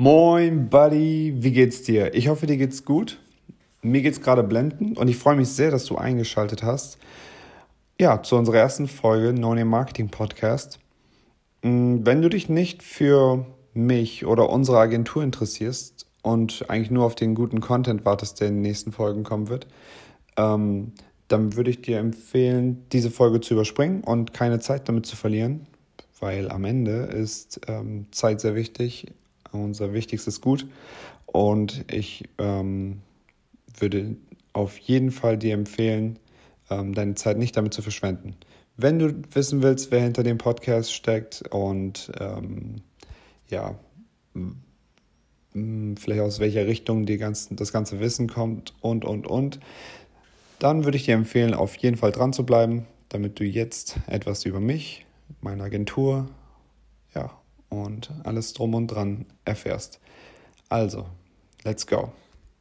Moin, Buddy, wie geht's dir? Ich hoffe, dir geht's gut. Mir geht's gerade blendend und ich freue mich sehr, dass du eingeschaltet hast. Ja, zu unserer ersten Folge No Name Marketing Podcast. Wenn du dich nicht für mich oder unsere Agentur interessierst und eigentlich nur auf den guten Content wartest, der in den nächsten Folgen kommen wird, ähm, dann würde ich dir empfehlen, diese Folge zu überspringen und keine Zeit damit zu verlieren, weil am Ende ist Zeit sehr wichtig, unser wichtigstes Gut. Und ich würde auf jeden Fall dir empfehlen, deine Zeit nicht damit zu verschwenden. Wenn du wissen willst, wer hinter dem Podcast steckt und ja, vielleicht aus welcher Richtung das ganze Wissen kommt und, dann würde ich dir empfehlen, auf jeden Fall dran zu bleiben, damit du jetzt etwas über mich, meine Agentur, ja, und alles drum und dran erfährst. Also, let's go.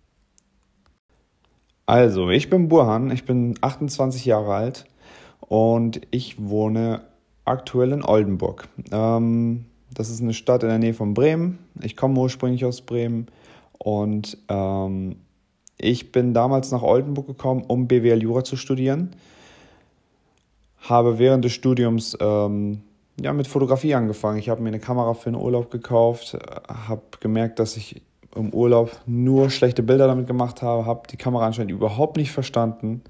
Also, ich bin Burhan, ich bin 28 Jahre alt und ich wohne aktuell in Oldenburg. Das ist eine Stadt in der Nähe von Bremen. Ich komme ursprünglich aus Bremen und ich bin damals nach Oldenburg gekommen, um BWL Jura zu studieren. Habe während des Studiums mit Fotografie angefangen. Ich habe mir eine Kamera für einen Urlaub gekauft, habe gemerkt, dass ich im Urlaub nur schlechte Bilder damit gemacht habe die Kamera anscheinend überhaupt nicht verstanden.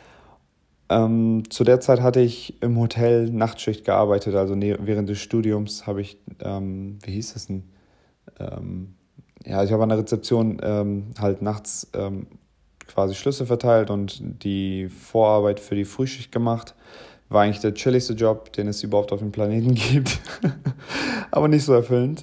Zu der Zeit hatte ich im Hotel Nachtschicht gearbeitet, also während des Studiums habe ich, wie hieß das denn? Ich habe an der Rezeption halt nachts quasi Schlüssel verteilt und die Vorarbeit für die Frühschicht gemacht. War eigentlich der chilligste Job, den es überhaupt auf dem Planeten gibt, aber nicht so erfüllend.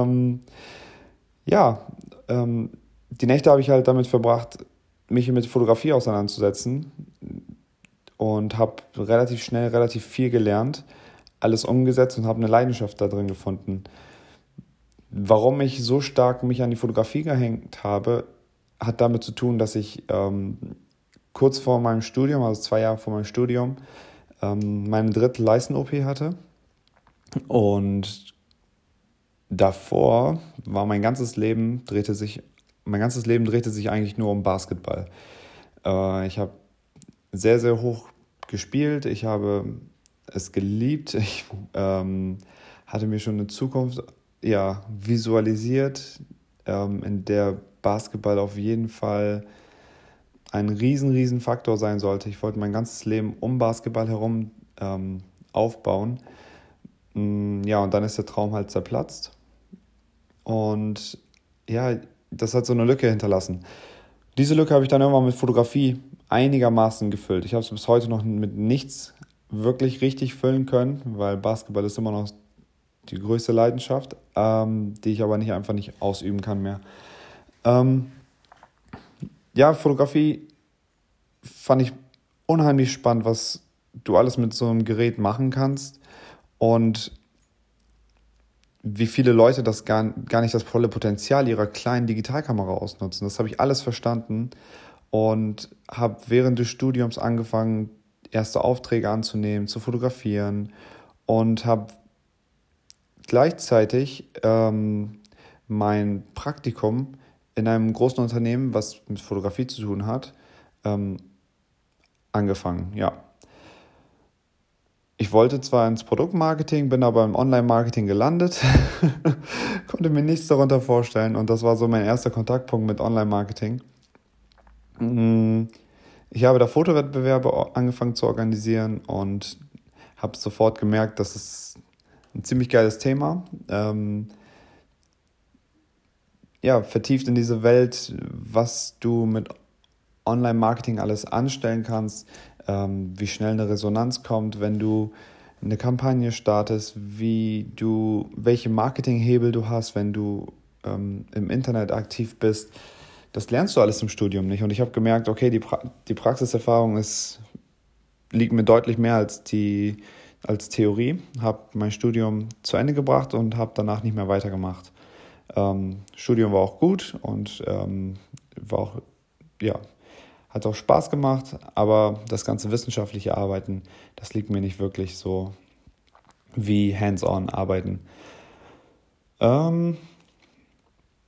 Die Nächte habe ich halt damit verbracht, mich mit Fotografie auseinanderzusetzen und habe relativ schnell relativ viel gelernt, alles umgesetzt und habe eine Leidenschaft da drin gefunden. Warum ich so stark mich an die Fotografie gehängt habe, hat damit zu tun, dass ich kurz vor meinem Studium, also 2 Jahre vor meinem Studium, meine dritte Leisten-OP hatte und davor war mein ganzes Leben drehte sich eigentlich nur um Basketball. Ich habe sehr, sehr hoch gespielt. Ich habe es geliebt. Ich hatte mir schon eine Zukunft visualisiert, in der Basketball auf jeden Fall ein riesen Faktor sein sollte. Ich wollte mein ganzes Leben um Basketball herum aufbauen. Und dann ist der Traum halt zerplatzt. Und ja, das hat so eine Lücke hinterlassen. Diese Lücke habe ich dann irgendwann mit Fotografie einigermaßen gefüllt. Ich habe es bis heute noch mit nichts wirklich richtig füllen können, weil Basketball ist immer noch die größte Leidenschaft, die ich aber einfach nicht ausüben kann mehr. Fotografie fand ich unheimlich spannend, was du alles mit so einem Gerät machen kannst und wie viele Leute das gar nicht das volle Potenzial ihrer kleinen Digitalkamera ausnutzen. Das habe ich alles verstanden und habe während des Studiums angefangen, erste Aufträge anzunehmen, zu fotografieren und habe gleichzeitig mein Praktikum in einem großen Unternehmen, was mit Fotografie zu tun hat, angefangen, ja. Ich wollte zwar ins Produktmarketing, bin aber im Online-Marketing gelandet, konnte mir nichts darunter vorstellen und das war so mein erster Kontaktpunkt mit Online-Marketing. Ich habe da Fotowettbewerbe angefangen zu organisieren und habe sofort gemerkt, das ist ein ziemlich geiles Thema. Vertieft in diese Welt, was du mit Online-Marketing alles anstellen kannst, wie schnell eine Resonanz kommt, wenn du eine Kampagne startest, welche Marketinghebel du hast, wenn du im Internet aktiv bist. Das lernst du alles im Studium nicht. Und ich habe gemerkt, okay, die Praxiserfahrung liegt mir deutlich mehr als Theorie. Habe mein Studium zu Ende gebracht und habe danach nicht mehr weitergemacht. Studium war auch gut und hat auch Spaß gemacht, aber das ganze wissenschaftliche Arbeiten, das liegt mir nicht wirklich so wie hands-on arbeiten.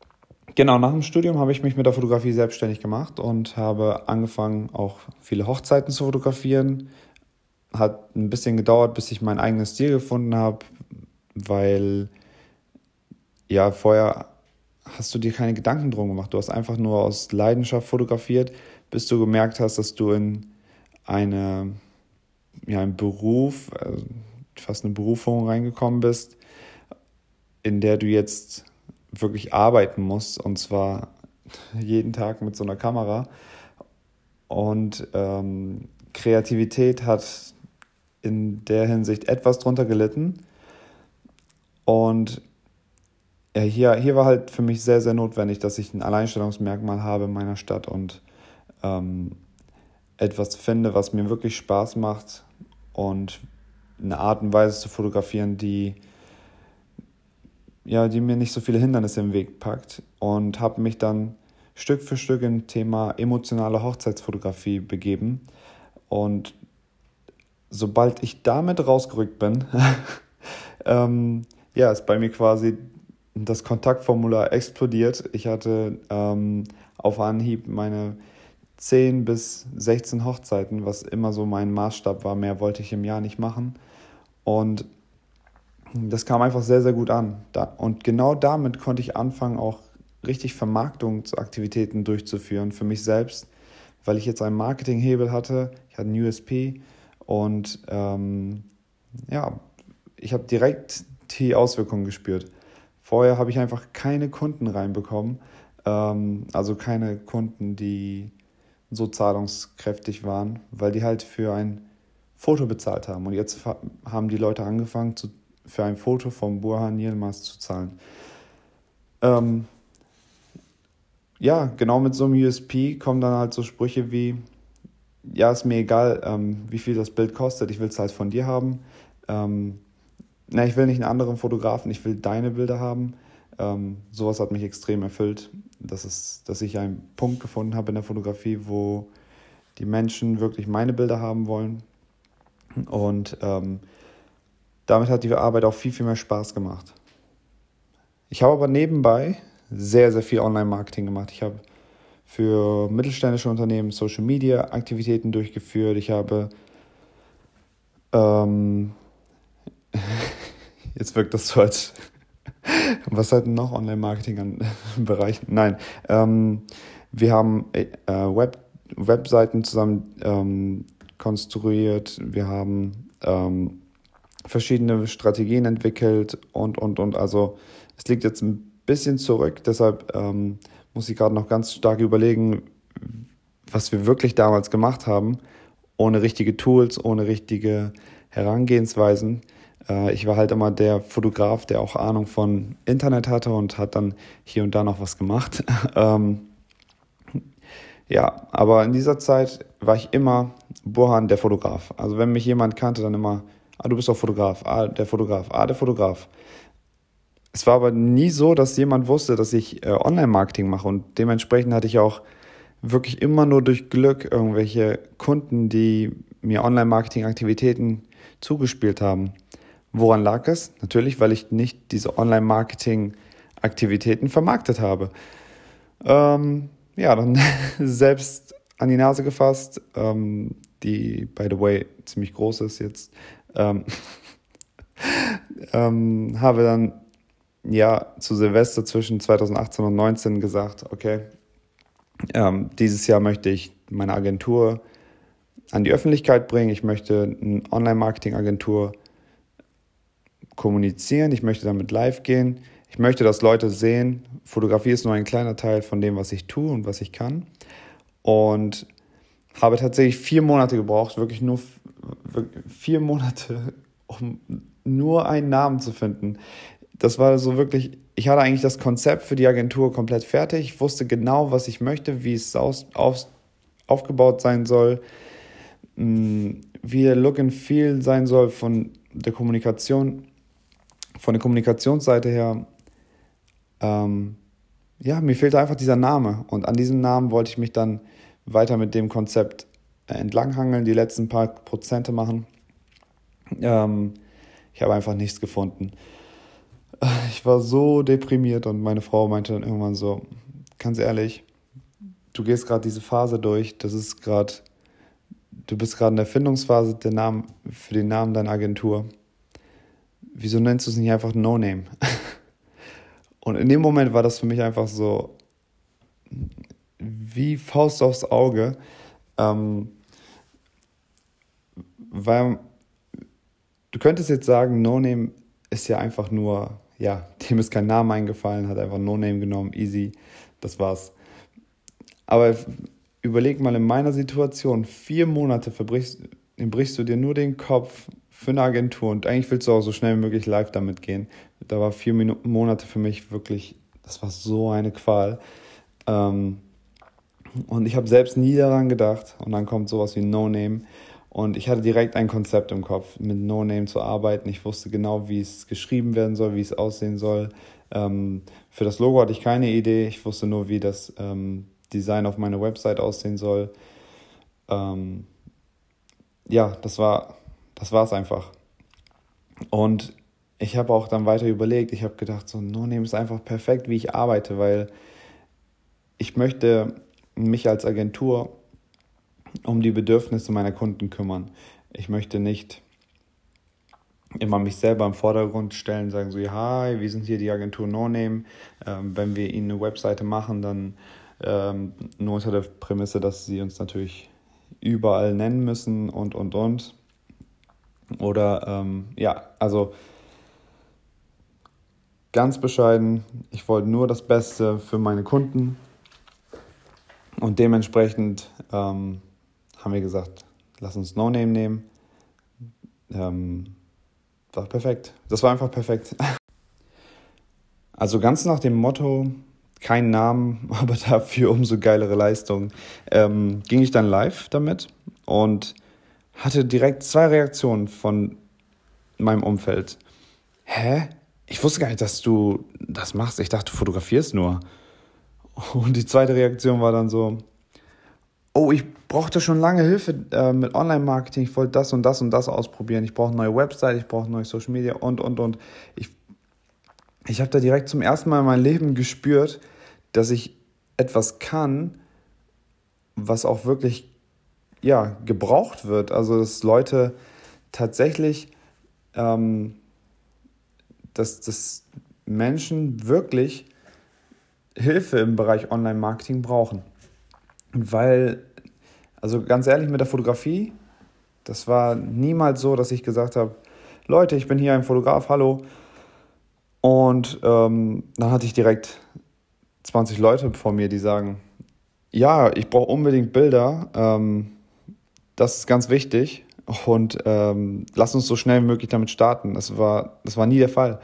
Genau, nach dem Studium habe ich mich mit der Fotografie selbstständig gemacht und habe angefangen, auch viele Hochzeiten zu fotografieren. Hat ein bisschen gedauert, bis ich mein eigenes Stil gefunden habe, weil ja, vorher hast du dir keine Gedanken drum gemacht. Du hast einfach nur aus Leidenschaft fotografiert, bis du gemerkt hast, dass du in eine, einen Beruf, fast eine Berufung reingekommen bist, in der du jetzt wirklich arbeiten musst, und zwar jeden Tag mit so einer Kamera. Und Kreativität hat in der Hinsicht etwas drunter gelitten. Und ja, hier war halt für mich sehr, sehr notwendig, dass ich ein Alleinstellungsmerkmal habe in meiner Stadt und ähm, etwas finde, was mir wirklich Spaß macht und eine Art und Weise zu fotografieren, die mir nicht so viele Hindernisse im Weg packt, und habe mich dann Stück für Stück in Thema emotionale Hochzeitsfotografie begeben. Und sobald ich damit rausgerückt bin, ist bei mir quasi das Kontaktformular explodiert. Ich hatte auf Anhieb meine 10 bis 16 Hochzeiten, was immer so mein Maßstab war. Mehr wollte ich im Jahr nicht machen. Und das kam einfach sehr, sehr gut an. Und genau damit konnte ich anfangen, auch richtig Vermarktungsaktivitäten durchzuführen für mich selbst, weil ich jetzt einen Marketinghebel hatte. Ich hatte einen USP und ich habe direkt die Auswirkungen gespürt. Vorher habe ich einfach keine Kunden reinbekommen, also keine Kunden, die so zahlungskräftig waren, weil die halt für ein Foto bezahlt haben. Und jetzt haben die Leute angefangen, für ein Foto vom Burhan Yilmaz zu zahlen. Genau mit so einem USP kommen dann halt so Sprüche wie, ja, ist mir egal, wie viel das Bild kostet, ich will es halt von dir haben. Ich will nicht einen anderen Fotografen, ich will deine Bilder haben. Sowas hat mich extrem erfüllt, dass ich einen Punkt gefunden habe in der Fotografie, wo die Menschen wirklich meine Bilder haben wollen. Und damit hat die Arbeit auch viel, viel mehr Spaß gemacht. Ich habe aber nebenbei sehr, sehr viel Online-Marketing gemacht. Ich habe für mittelständische Unternehmen Social-Media-Aktivitäten durchgeführt. Ich habe jetzt wirkt das so, als was hat denn noch Online-Marketing an Bereichen? Nein, wir haben Webseiten zusammen konstruiert, wir haben verschiedene Strategien entwickelt und. Also es liegt jetzt ein bisschen zurück, deshalb muss ich gerade noch ganz stark überlegen, was wir wirklich damals gemacht haben, ohne richtige Tools, ohne richtige Herangehensweisen. Ich war halt immer der Fotograf, der auch Ahnung von Internet hatte und hat dann hier und da noch was gemacht. Aber in dieser Zeit war ich immer Burhan, der Fotograf. Also wenn mich jemand kannte, dann immer, du bist doch Fotograf, der Fotograf, der Fotograf. Es war aber nie so, dass jemand wusste, dass ich Online-Marketing mache, und dementsprechend hatte ich auch wirklich immer nur durch Glück irgendwelche Kunden, die mir Online-Marketing-Aktivitäten zugespielt haben. Woran lag es? Natürlich, weil ich nicht diese Online-Marketing-Aktivitäten vermarktet habe. Dann selbst an die Nase gefasst, die, by the way, ziemlich groß ist jetzt, habe dann zu Silvester zwischen 2018 und 2019 gesagt, okay, dieses Jahr möchte ich meine Agentur an die Öffentlichkeit bringen, ich möchte eine Online-Marketing-Agentur kommunizieren, ich möchte damit live gehen, ich möchte, dass Leute sehen, Fotografie ist nur ein kleiner Teil von dem, was ich tue und was ich kann, und habe tatsächlich 4 Monate gebraucht, wirklich nur 4 Monate, um nur einen Namen zu finden. Das war so wirklich, ich hatte eigentlich das Konzept für die Agentur komplett fertig, ich wusste genau, was ich möchte, wie es aufgebaut sein soll, wie der Look and Feel sein soll von der Kommunikation, von der Kommunikationsseite her. Mir fehlte einfach dieser Name, und an diesem Namen wollte ich mich dann weiter mit dem Konzept entlanghangeln, die letzten paar Prozente machen. Ich habe einfach nichts gefunden. Ich war so deprimiert, und meine Frau meinte dann irgendwann so, ganz ehrlich, du gehst gerade diese Phase durch, du bist gerade in der Findungsphase für den Namen deiner Agentur. Wieso nennst du es nicht einfach No Name? Und in dem Moment war das für mich einfach so wie Faust aufs Auge, weil du könntest jetzt sagen, No Name ist ja einfach nur, ja, dem ist kein Name eingefallen, hat einfach No Name genommen, easy, das war's. Aber überleg mal in meiner Situation, 4 Monate brichst du dir nur den Kopf für eine Agentur und eigentlich willst du auch so schnell wie möglich live damit gehen. Da war 4 Monate für mich wirklich, das war so eine Qual. Und ich habe selbst nie daran gedacht und dann kommt sowas wie No Name und ich hatte direkt ein Konzept im Kopf, mit No Name zu arbeiten. Ich wusste genau, wie es geschrieben werden soll, wie es aussehen soll. Für das Logo hatte ich keine Idee, ich wusste nur, wie das Design auf meiner Website aussehen soll. Ja, das war's einfach. Und ich habe auch dann weiter überlegt, ich habe gedacht, so No Name ist einfach perfekt, wie ich arbeite, weil ich möchte mich als Agentur um die Bedürfnisse meiner Kunden kümmern. Ich möchte nicht immer mich selber im Vordergrund stellen, sagen so, ja, hi, wir sind hier die Agentur No Name. Wenn wir ihnen eine Webseite machen, dann nur unter der Prämisse, dass sie uns natürlich überall nennen müssen und. Oder also ganz bescheiden, ich wollte nur das Beste für meine Kunden und dementsprechend haben wir gesagt, lass uns No Name nehmen. War perfekt. Das war einfach perfekt. Also ganz nach dem Motto, kein Namen, aber dafür umso geilere Leistung, ging ich dann live damit und hatte direkt 2 Reaktionen von meinem Umfeld. Hä? Ich wusste gar nicht, dass du das machst. Ich dachte, du fotografierst nur. Und die zweite Reaktion war dann so, oh, ich brauchte schon lange Hilfe mit Online-Marketing. Ich wollte das und das und das ausprobieren. Ich brauche eine neue Website, ich brauche neue Social Media und. Ich habe da direkt zum ersten Mal in meinem Leben gespürt, dass ich etwas kann, was auch wirklich gebraucht wird. Also dass Leute tatsächlich, dass Menschen wirklich Hilfe im Bereich Online-Marketing brauchen. Weil, also ganz ehrlich, mit der Fotografie, das war niemals so, dass ich gesagt habe, Leute, ich bin hier ein Fotograf, hallo. Und dann hatte ich direkt 20 Leute vor mir, die sagen, ja, ich brauche unbedingt Bilder, das ist ganz wichtig und lass uns so schnell wie möglich damit starten. Das war nie der Fall.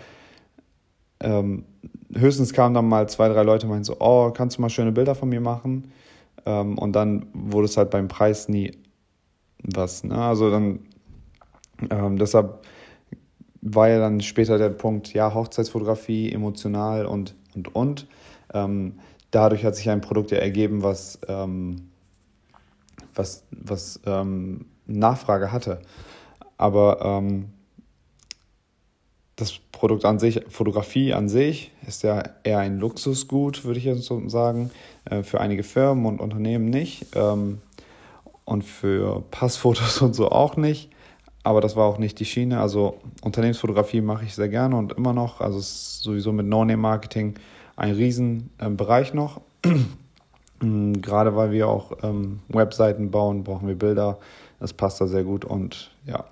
Höchstens kamen dann mal 2, 3 Leute und meinten so, oh, kannst du mal schöne Bilder von mir machen? Und dann wurde es halt beim Preis nie was. Ne? Also dann, deshalb war ja dann später der Punkt, ja, Hochzeitsfotografie, emotional und. Dadurch hat sich ein Produkt ja ergeben, was Nachfrage hatte. Aber das Produkt an sich, Fotografie an sich, ist ja eher ein Luxusgut, würde ich jetzt so sagen, für einige Firmen und Unternehmen nicht und für Passfotos und so auch nicht, aber das war auch nicht die Schiene. Also Unternehmensfotografie mache ich sehr gerne und immer noch, also es ist sowieso mit No-Name-Marketing ein Riesenbereich noch. Gerade weil wir auch Webseiten bauen, brauchen wir Bilder, das passt da sehr gut und ja.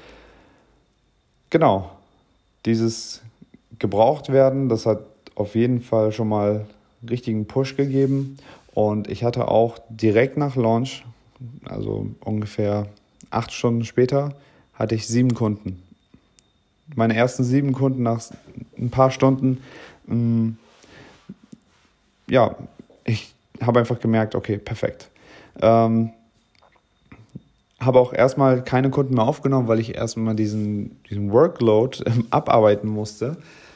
Genau. Dieses gebraucht werden, das hat auf jeden Fall schon mal einen richtigen Push gegeben und ich hatte auch direkt nach Launch, also ungefähr 8 Stunden später, hatte ich 7 Kunden. Meine ersten 7 Kunden nach ein paar Stunden, ich habe einfach gemerkt, okay, perfekt. Habe auch erstmal keine Kunden mehr aufgenommen, weil ich erstmal diesen Workload abarbeiten musste,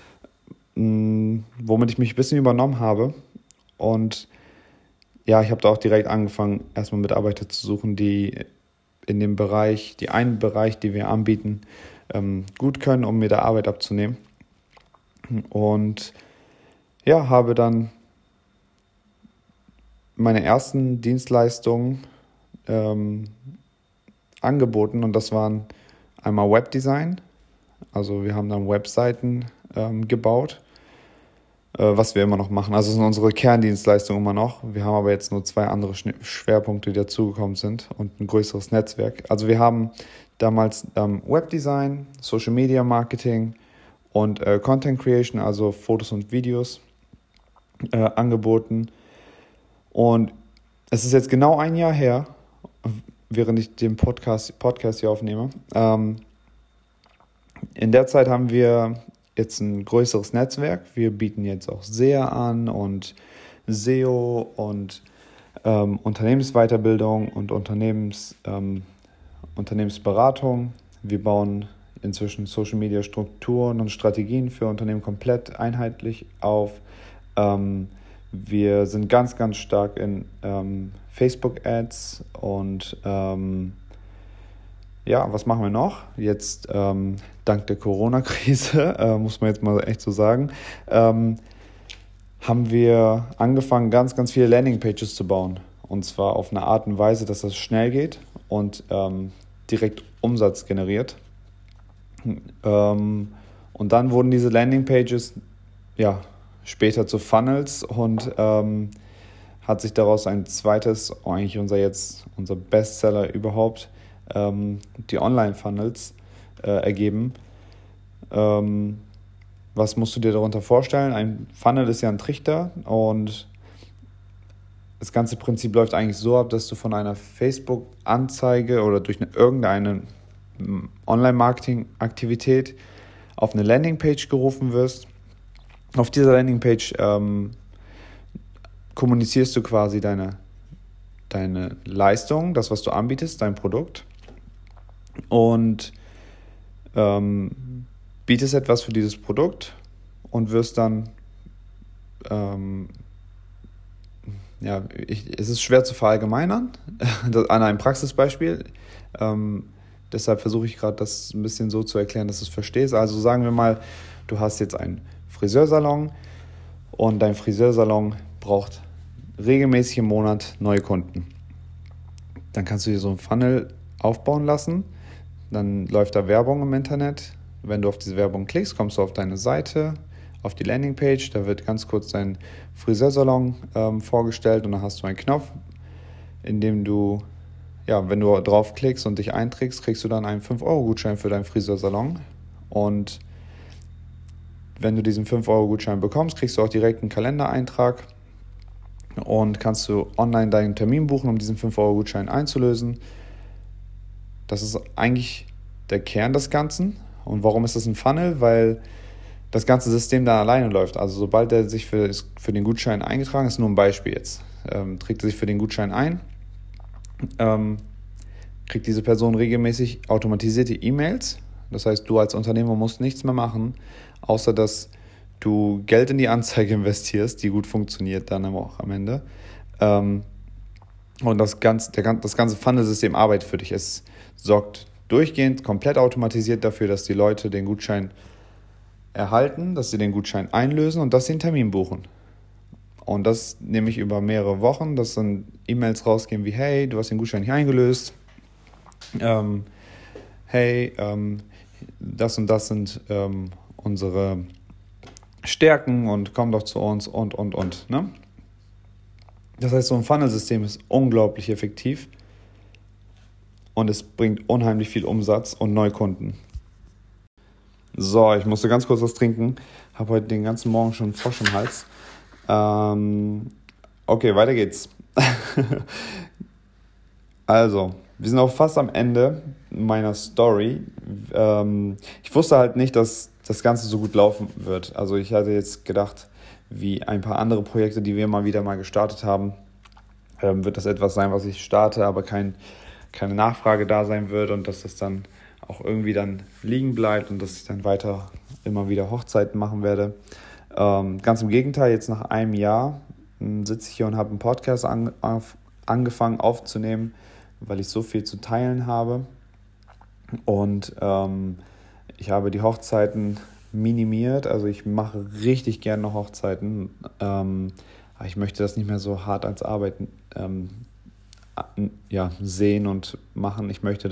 womit ich mich ein bisschen übernommen habe. Und ja, ich habe da auch direkt angefangen, erstmal Mitarbeiter zu suchen, die in dem Bereich, einen Bereich, die wir anbieten, gut können, um mir da Arbeit abzunehmen. Und ja, habe dann meine ersten Dienstleistungen angeboten und das waren einmal Webdesign. Also wir haben dann Webseiten gebaut, was wir immer noch machen. Also es sind unsere Kerndienstleistungen immer noch. Wir haben aber jetzt nur 2 andere Schwerpunkte, die dazugekommen sind und ein größeres Netzwerk. Also wir haben damals Webdesign, Social Media Marketing und Content Creation, also Fotos und Videos angeboten. Und es ist jetzt genau ein Jahr her, während ich den Podcast hier aufnehme. In der Zeit haben wir jetzt ein größeres Netzwerk. Wir bieten jetzt auch SEA an und SEO und Unternehmensweiterbildung und Unternehmensberatung. Wir bauen inzwischen Social Media Strukturen und Strategien für Unternehmen komplett einheitlich auf. Wir sind ganz, ganz stark in Facebook-Ads und was machen wir noch? Jetzt dank der Corona-Krise, muss man jetzt mal echt so sagen, haben wir angefangen, ganz, ganz viele Landingpages zu bauen. Und zwar auf eine Art und Weise, dass das schnell geht und direkt Umsatz generiert. Und dann wurden diese Landingpages später zu Funnels und hat sich daraus ein zweites, eigentlich unser Bestseller überhaupt, die Online-Funnels ergeben. Was musst du dir darunter vorstellen? Ein Funnel ist ja ein Trichter und das ganze Prinzip läuft eigentlich so ab, dass du von einer Facebook-Anzeige oder durch irgendeine Online-Marketing-Aktivität auf eine Landingpage gerufen wirst. Auf dieser Landingpage kommunizierst du quasi deine Leistung, das, was du anbietest, dein Produkt und bietest etwas für dieses Produkt und wirst dann es ist schwer zu verallgemeinern an einem Praxisbeispiel. Deshalb versuche ich gerade das ein bisschen so zu erklären, dass du es verstehst. Also sagen wir mal, du hast jetzt einen Friseursalon und dein Friseursalon braucht regelmäßig im Monat neue Kunden. Dann kannst du dir so einen Funnel aufbauen lassen. Dann läuft da Werbung im Internet. Wenn du auf diese Werbung klickst, kommst du auf deine Seite, auf die Landingpage. Da wird ganz kurz dein Friseursalon vorgestellt und dann hast du einen Knopf, in dem du, wenn du draufklickst und dich einträgst, kriegst du dann einen 5-Euro-Gutschein für deinen Friseursalon. Und wenn du diesen 5-Euro-Gutschein bekommst, kriegst du auch direkt einen Kalendereintrag und kannst du online deinen Termin buchen, um diesen 5-Euro-Gutschein einzulösen. Das ist eigentlich der Kern des Ganzen. Und warum ist das ein Funnel? Weil das ganze System dann alleine läuft. Also sobald er sich für den Gutschein eingetragen ist, nur ein Beispiel jetzt, trägt er sich für den Gutschein ein, kriegt diese Person regelmäßig automatisierte E-Mails. Das heißt, du als Unternehmer musst nichts mehr machen, außer dass du Geld in die Anzeige investierst, die gut funktioniert dann aber auch am Ende. Und das ganze Funnel-System arbeitet für dich. Es sorgt durchgehend, komplett automatisiert dafür, dass die Leute den Gutschein erhalten, dass sie den Gutschein einlösen und dass sie einen Termin buchen. Und das nehme ich über mehrere Wochen, dass dann E-Mails rausgehen wie, hey, du hast den Gutschein hier eingelöst. Das und das sind unsere Stärken und komm doch zu uns und. Ne? Das heißt, so ein Funnel-System ist unglaublich effektiv und es bringt unheimlich viel Umsatz und Neukunden. So, ich musste ganz kurz was trinken. Habe heute den ganzen Morgen schon einen Frosch im Hals. Okay, weiter geht's. Also, wir sind auch fast am Ende meiner Story. Ich wusste halt nicht, dass das Ganze so gut laufen wird. Also ich hatte jetzt gedacht, wie ein paar andere Projekte, die wir mal gestartet haben, wird das etwas sein, was ich starte, aber keine Nachfrage da sein wird und dass das dann auch irgendwie dann liegen bleibt und dass ich dann weiter immer wieder Hochzeiten machen werde. Ganz im Gegenteil, jetzt nach einem Jahr sitze ich hier und habe einen Podcast angefangen aufzunehmen, weil ich so viel zu teilen habe. Und ich habe die Hochzeiten minimiert, also ich mache richtig gerne noch Hochzeiten, Aber ich möchte das nicht mehr so hart als Arbeit sehen und machen. Ich möchte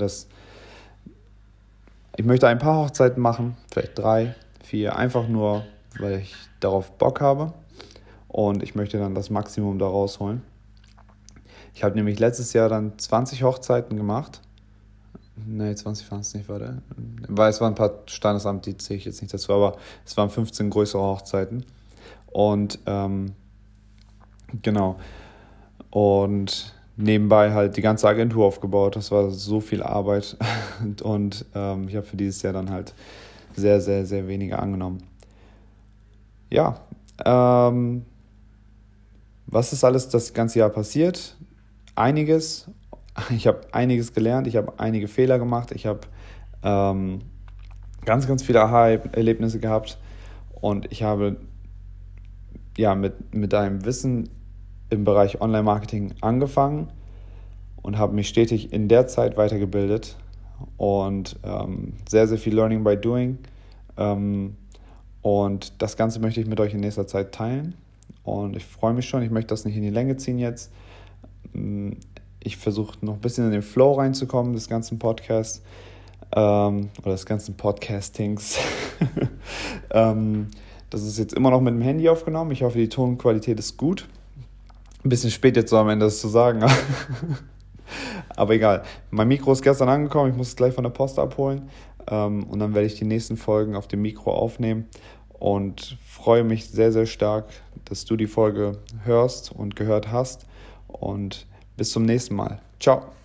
ein paar Hochzeiten machen, vielleicht 3, 4, einfach nur, weil ich darauf Bock habe. Und ich möchte dann das Maximum da rausholen. Ich habe nämlich letztes Jahr dann 20 Hochzeiten gemacht. Nee, 20 waren es nicht, warte. Weil es waren ein paar Standesamt, die zähle ich jetzt nicht dazu, aber es waren 15 größere Hochzeiten. Und genau. Und nebenbei halt die ganze Agentur aufgebaut. Das war so viel Arbeit. Und ich habe für dieses Jahr dann halt sehr, sehr, sehr wenige angenommen. Ja, was ist alles das ganze Jahr passiert? Einiges. Ich habe einiges gelernt, ich habe einige Fehler gemacht, ich habe ganz, ganz viele Aha-Erlebnisse gehabt und ich habe mit einem Wissen im Bereich Online-Marketing angefangen und habe mich stetig in der Zeit weitergebildet und sehr, sehr viel Learning by Doing. Und das Ganze möchte ich mit euch in nächster Zeit teilen und ich freue mich schon, ich möchte das nicht in die Länge ziehen jetzt. Ich versuche noch ein bisschen in den Flow reinzukommen des ganzen Podcasts oder des ganzen Podcastings. Das ist jetzt immer noch mit dem Handy aufgenommen. Ich hoffe, die Tonqualität ist gut. Ein bisschen spät jetzt so am Ende das zu sagen. Aber egal. Mein Mikro ist gestern angekommen. Ich muss es gleich von der Post abholen. Und dann werde ich die nächsten Folgen auf dem Mikro aufnehmen. Und freue mich sehr, sehr stark, dass du die Folge hörst und gehört hast. Und bis zum nächsten Mal. Ciao.